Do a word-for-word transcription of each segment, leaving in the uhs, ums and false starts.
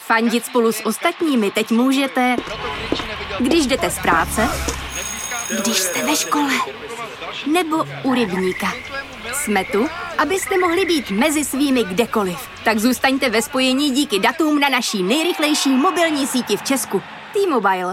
Fandit spolu s ostatními teď můžete, když jdete z práce, když jste ve škole, nebo u rybníka. Jsme tu, abyste mohli být mezi svými kdekoliv. Tak zůstaňte ve spojení díky datům na naší nejrychlejší mobilní síti v Česku. T-Mobile.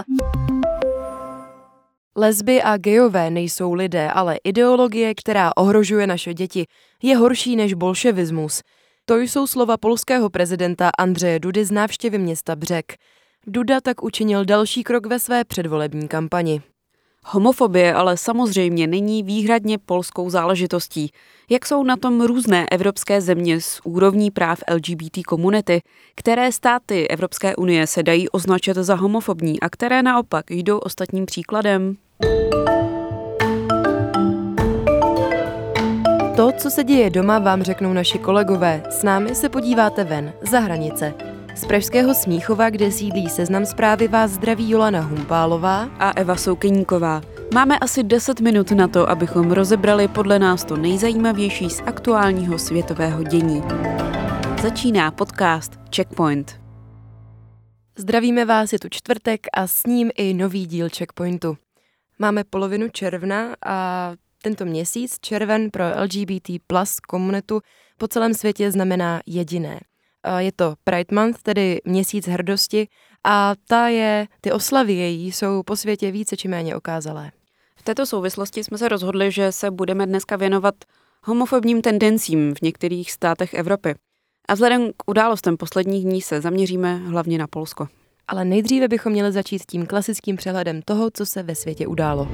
Lesby a gejové nejsou lidé, ale ideologie, která ohrožuje naše děti, je horší než bolševismus. To jsou slova polského prezidenta Andřeje Dudy z návštěvy města Břeg. Duda tak učinil další krok ve své předvolební kampani. Homofobie ale samozřejmě není výhradně polskou záležitostí. Jak jsou na tom různé evropské země s úrovní práv L G B T komunity, které státy Evropské unie se dají označit za homofobní a které naopak jdou ostatním příkladem? To, co se děje doma, vám řeknou naši kolegové. S námi se podíváte ven, za hranice. Z pražského Smíchova, kde sídlí Seznam Zprávy, vás zdraví Jolana Humpálová a Eva Soukeníková. Máme asi deset minut na to, abychom rozebrali podle nás to nejzajímavější z aktuálního světového dění. Začíná podcast Checkpoint. Zdravíme vás, je tu čtvrtek a s ním i nový díl Checkpointu. Máme polovinu června a tento měsíc, červen, pro L G B T plus komunitu po celém světě znamená jediné. Je to Pride Month, tedy měsíc hrdosti, a ta je, ty oslavy její jsou po světě více či méně okázalé. V této souvislosti jsme se rozhodli, že se budeme dneska věnovat homofobním tendencím v některých státech Evropy. A vzhledem k událostem posledních dní se zaměříme hlavně na Polsko. Ale nejdříve bychom měli začít tím klasickým přehledem toho, co se ve světě událo.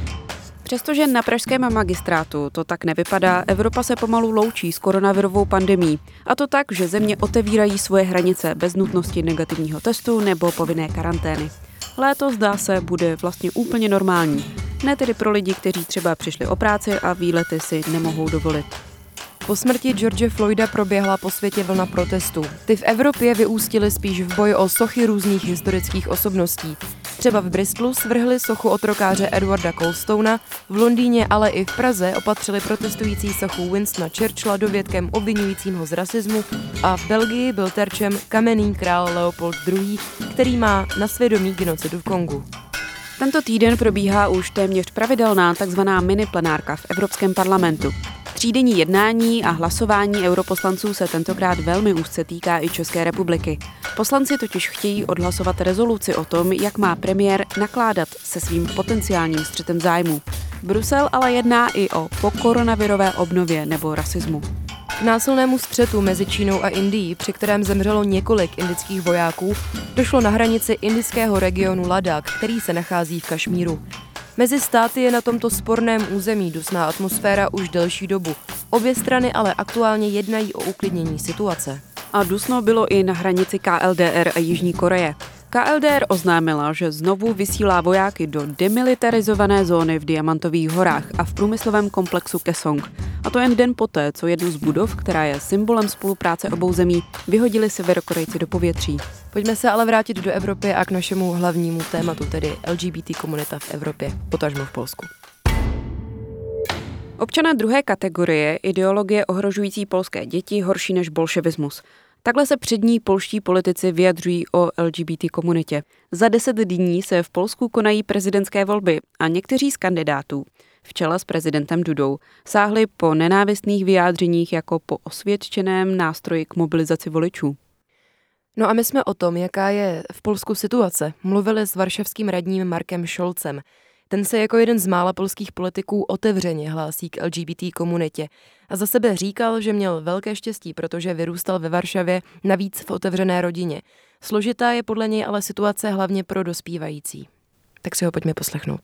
Přestože na pražském magistrátu to tak nevypadá, Evropa se pomalu loučí s koronavirovou pandemií. A to tak, že země otevírají svoje hranice bez nutnosti negativního testu nebo povinné karantény. Léto, zdá se, bude vlastně úplně normální. Ne tedy pro lidi, kteří třeba přišli o práci a výlety si nemohou dovolit. Po smrti George Floyda proběhla po světě vlna protestů. Ty v Evropě vyústily spíš v boj o sochy různých historických osobností. Třeba v Bristolu svrhli sochu otrokáře Edwarda Colstona, v Londýně, ale i v Praze opatřili protestující sochu Winstona Churchilla dovětkem obvinujícím ho z rasismu a v Belgii byl terčem kamenný král Leopold druhý., který má na svědomí genocidu v Kongu. Tento týden probíhá už téměř pravidelná takzvaná miniplenárka v Evropském parlamentu. Třídenní jednání a hlasování europoslanců se tentokrát velmi úzce týká i České republiky. Poslanci totiž chtějí odhlasovat rezoluci o tom, jak má premiér nakládat se svým potenciálním střetem zájmů. Brusel ale jedná i o pokoronavirové obnově nebo rasismu. K násilnému střetu mezi Čínou a Indií, při kterém zemřelo několik indických vojáků, došlo na hranici indického regionu Ladakh, který se nachází v Kašmíru. Mezi státy je na tomto sporném území dusná atmosféra už delší dobu. Obě strany ale aktuálně jednají o uklidnění situace. A dusno bylo i na hranici K L D R a Jižní Koreje. K L D R oznámila, že znovu vysílá vojáky do demilitarizované zóny v Diamantových horách a v průmyslovém komplexu Kaesong. A to jen den poté, co jednu z budov, která je symbolem spolupráce obou zemí, vyhodili Severokorejci do povětří. Pojďme se ale vrátit do Evropy a k našemu hlavnímu tématu, tedy L G B T komunita v Evropě, potažmo v Polsku. Občané druhé kategorie, ideologie ohrožující polské děti, horší než bolševismus. Takhle se přední polští politici vyjadřují o L G B T komunitě. Za deset dní se v Polsku konají prezidentské volby a někteří z kandidátů, v čele s prezidentem Dudou, sáhli po nenávistných vyjádřeních jako po osvědčeném nástroji k mobilizaci voličů. No a my jsme o tom, jaká je v Polsku situace, mluvili s varšavským radním Markem Scholzem. Ten se jako jeden z mála polských politiků otevřeně hlásí k L G B T komunitě a za sebe říkal, že měl velké štěstí, protože vyrůstal ve Varšavě, navíc v otevřené rodině. Složitá je podle něj ale situace hlavně pro dospívající. Tak si ho pojďme poslechnout.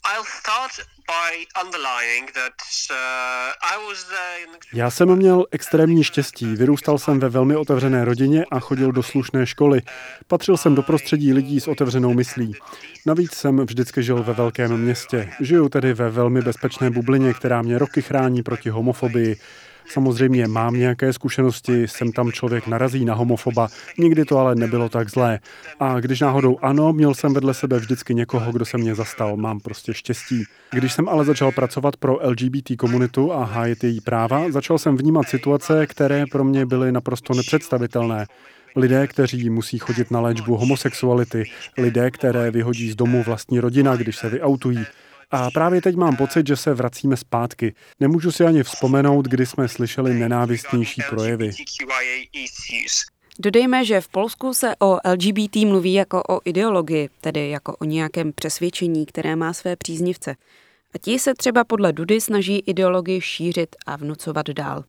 Já jsem měl extrémní štěstí. Vyrůstal jsem ve velmi otevřené rodině a chodil do slušné školy. Patřil jsem do prostředí lidí s otevřenou myslí. Navíc jsem vždycky žil ve velkém městě. Žiju tedy ve velmi bezpečné bublině, která mě roky chrání proti homofobii. Samozřejmě mám nějaké zkušenosti, jsem tam člověk narazí na homofoba, nikdy to ale nebylo tak zlé. A když náhodou ano, měl jsem vedle sebe vždycky někoho, kdo se mě zastal, mám prostě štěstí. Když jsem ale začal pracovat pro L G B T komunitu a hájit její práva, začal jsem vnímat situace, které pro mě byly naprosto nepředstavitelné. Lidé, kteří musí chodit na léčbu homosexuality, lidé, které vyhodí z domu vlastní rodina, když se vyautují. A právě teď mám pocit, že se vracíme zpátky. Nemůžu si ani vzpomenout, kdy jsme slyšeli nenávistnější projevy. Dodejme, že v Polsku se o L G B T mluví jako o ideologii, tedy jako o nějakém přesvědčení, které má své příznivce. A ti se třeba podle Dudy snaží ideologii šířit a vnucovat dál.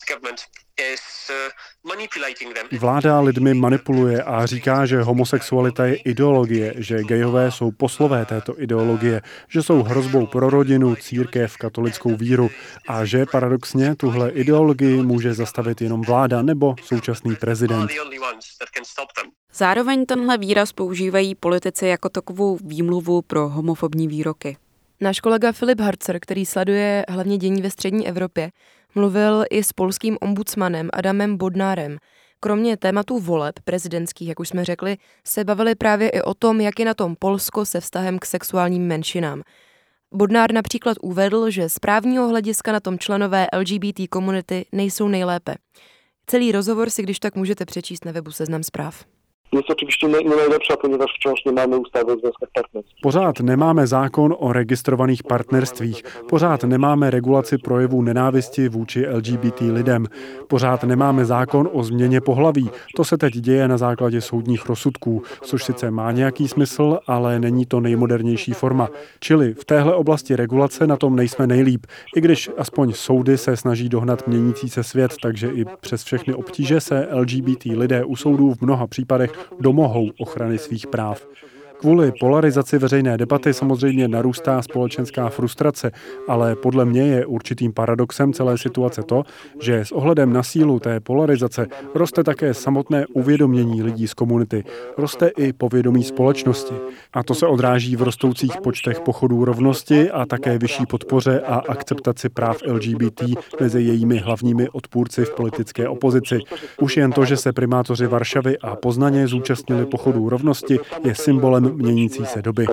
Vláda lidmi manipuluje a říká, že homosexualita je ideologie, že gejové jsou poslové této ideologie, že jsou hrozbou pro rodinu, církev, katolickou víru a že paradoxně tuhle ideologii může zastavit jenom vláda nebo současný prezident. Zároveň tenhle výraz používají politici jako takovou výmluvu pro homofobní výroky. Náš kolega Filip Harcer, který sleduje hlavně dění ve střední Evropě, mluvil i s polským ombudsmanem Adamem Bodnárem. Kromě tématů voleb prezidentských, jak už jsme řekli, se bavili právě i o tom, jak je na tom Polsko se vztahem k sexuálním menšinám. Bodnár například uvedl, že z právního hlediska na tom členové L G B T komunity nejsou nejlépe. Celý rozhovor si když tak můžete přečíst na webu Seznam Zpráv. Jest oczywiście nie najlepsza, ponieważ wciąż nie mamy ustawy o związkach partnerskich. Pořád nemáme zákon o registrovaných partnerstvích, pořád nemáme regulaci projevů nenávisti vůči L G B T lidem, pořád nemáme zákon o změně pohlaví. To se teď děje na základě soudních rozsudků, což sice má nějaký smysl, ale není to nejmodernější forma. Čili v téhle oblasti regulace na tom nejsme nejlíp, i když aspoň soudy se snaží dohnat měnící se svět, takže i přes všechny obtíže se L G B T lidé u soudů v mnoha případech domohou ochrany svých práv. Kvůli polarizaci veřejné debaty samozřejmě narůstá společenská frustrace, ale podle mě je určitým paradoxem celé situace to, že s ohledem na sílu té polarizace roste také samotné uvědomění lidí z komunity, roste i povědomí společnosti. A to se odráží v rostoucích počtech pochodů rovnosti a také vyšší podpoře a akceptaci práv L G B T mezi jejími hlavními odpůrci v politické opozici. Už jen to, že se primátoři Varšavy a Poznaně zúčastnili pochodů rovnosti, je symbolem měnící se doby.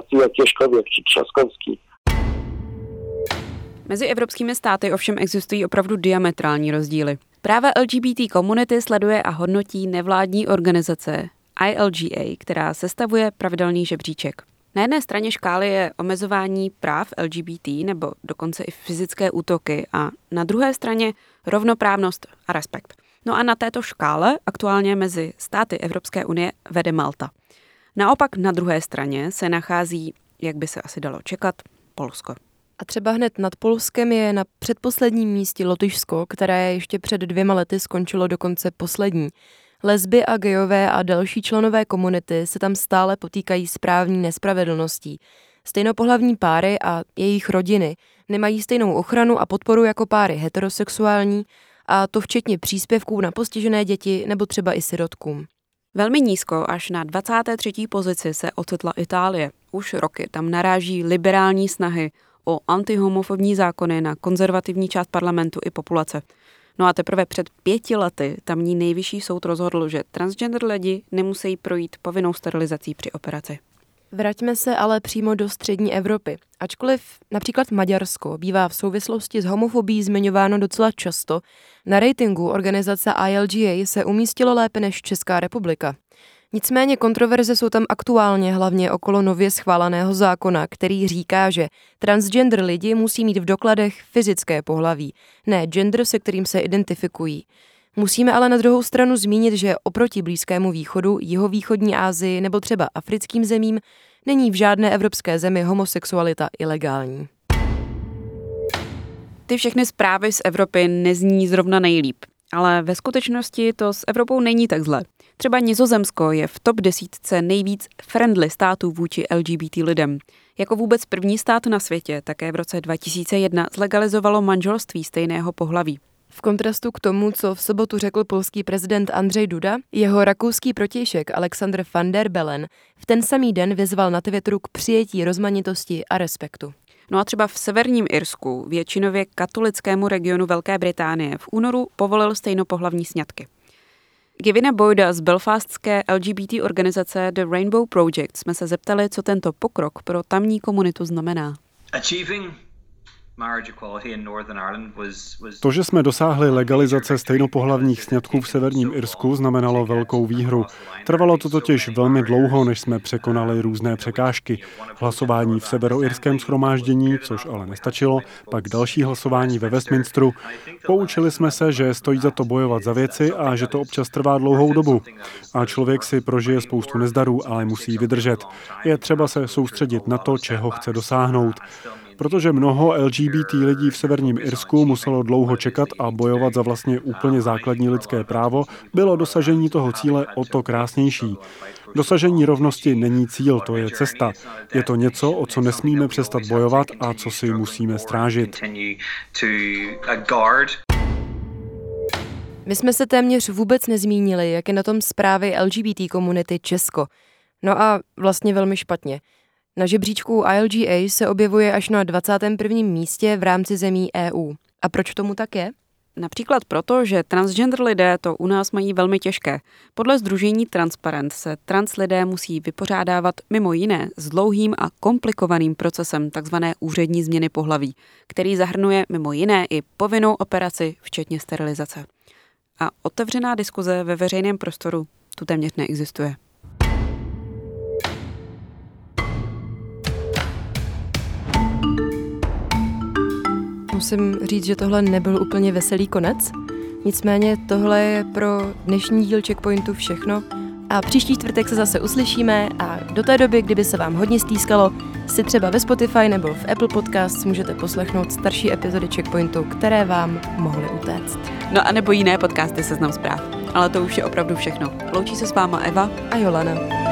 Mezi evropskými státy ovšem existují opravdu diametrální rozdíly. Práva L G B T komunity sleduje a hodnotí nevládní organizace I L G A, která sestavuje pravidelný žebříček. Na jedné straně škály je omezování práv L G B T nebo dokonce i fyzické útoky a na druhé straně rovnoprávnost a respekt. No a na této škále aktuálně mezi státy Evropské unie vede Malta. Naopak na druhé straně se nachází, jak by se asi dalo čekat, Polsko. A třeba hned nad Polskem je na předposledním místě Lotyšsko, které ještě před dvěma lety skončilo dokonce poslední. Lesby a gejové a další členové komunity se tam stále potýkají s právní nespravedlností. Stejnopohlavní páry a jejich rodiny nemají stejnou ochranu a podporu jako páry heterosexuální, a to včetně příspěvků na postižené děti nebo třeba i sirotkům. Velmi nízko, až na dvacáté třetí pozici se ocitla Itálie. Už roky tam naráží liberální snahy o antihomofobní zákony na konzervativní část parlamentu i populace. No a teprve před pěti lety tamní nejvyšší soud rozhodl, že transgender lidi nemusí projít povinnou sterilizací při operaci. Vraťme se ale přímo do střední Evropy. Ačkoliv například Maďarsko bývá v souvislosti s homofobií zmiňováno docela často, na ratingu organizace I L G A se umístilo lépe než Česká republika. Nicméně kontroverze jsou tam aktuálně hlavně okolo nově schváleného zákona, který říká, že transgender lidi musí mít v dokladech fyzické pohlaví, ne gender, se kterým se identifikují. Musíme ale na druhou stranu zmínit, že oproti Blízkému východu, jihovýchodní Asii nebo třeba africkým zemím není v žádné evropské zemi homosexualita ilegální. Ty všechny zprávy z Evropy nezní zrovna nejlíp, ale ve skutečnosti to s Evropou není tak zle. Třeba Nizozemsko je v top desítce nejvíc friendly států vůči L G B T lidem. Jako vůbec první stát na světě také v roce dva tisíce jedna zlegalizovalo manželství stejného pohlaví. V kontrastu k tomu, co v sobotu řekl polský prezident Andrzej Duda, jeho rakouský protějšek Alexander van der Bellen v ten samý den vyzval na Twitteru k přijetí rozmanitosti a respektu. No a třeba v severním Irsku, většinově katolickému regionu Velké Británie, v únoru povolil stejnopohlavní sňatky. Gavina Boyda z belfastské L G B T organizace The Rainbow Project jsme se zeptali, co tento pokrok pro tamní komunitu znamená. Achieving To, že jsme dosáhli legalizace stejnopohlavních sňatků v Severním Irsku, znamenalo velkou výhru. Trvalo to totiž velmi dlouho, než jsme překonali různé překážky. Hlasování v severoirském shromáždění, což ale nestačilo, pak další hlasování ve Westminsteru. Poučili jsme se, že stojí za to bojovat za věci a že to občas trvá dlouhou dobu. A člověk si prožije spoustu nezdarů, ale musí vydržet. Je třeba se soustředit na to, čeho chce dosáhnout. Protože mnoho L G B T lidí v Severním Irsku muselo dlouho čekat a bojovat za vlastně úplně základní lidské právo, bylo dosažení toho cíle o to krásnější. Dosažení rovnosti není cíl, to je cesta. Je to něco, o co nesmíme přestat bojovat a co si musíme strážit. My jsme se téměř vůbec nezmínili, jak je na tom zprávy L G B T komunity Česko. No a vlastně velmi špatně. Na žebříčku I L G A se objevuje až na dvacátém prvním místě v rámci zemí E U. A proč tomu tak je? Například proto, že transgender lidé to u nás mají velmi těžké. Podle sdružení Transparent se trans lidé musí vypořádávat mimo jiné s dlouhým a komplikovaným procesem takzvané úřední změny pohlaví, který zahrnuje mimo jiné i povinnou operaci, včetně sterilizace. A otevřená diskuze ve veřejném prostoru tu téměř neexistuje. Musím říct, že tohle nebyl úplně veselý konec. Nicméně tohle je pro dnešní díl Checkpointu všechno. A příští čtvrtek se zase uslyšíme a do té doby, kdyby se vám hodně stýskalo, si třeba ve Spotify nebo v Apple Podcasts můžete poslechnout starší epizody Checkpointu, které vám mohly utéct. No a nebo jiné podcasty Seznam zpráv. Ale to už je opravdu všechno. Loučí se s váma Eva a Jolana.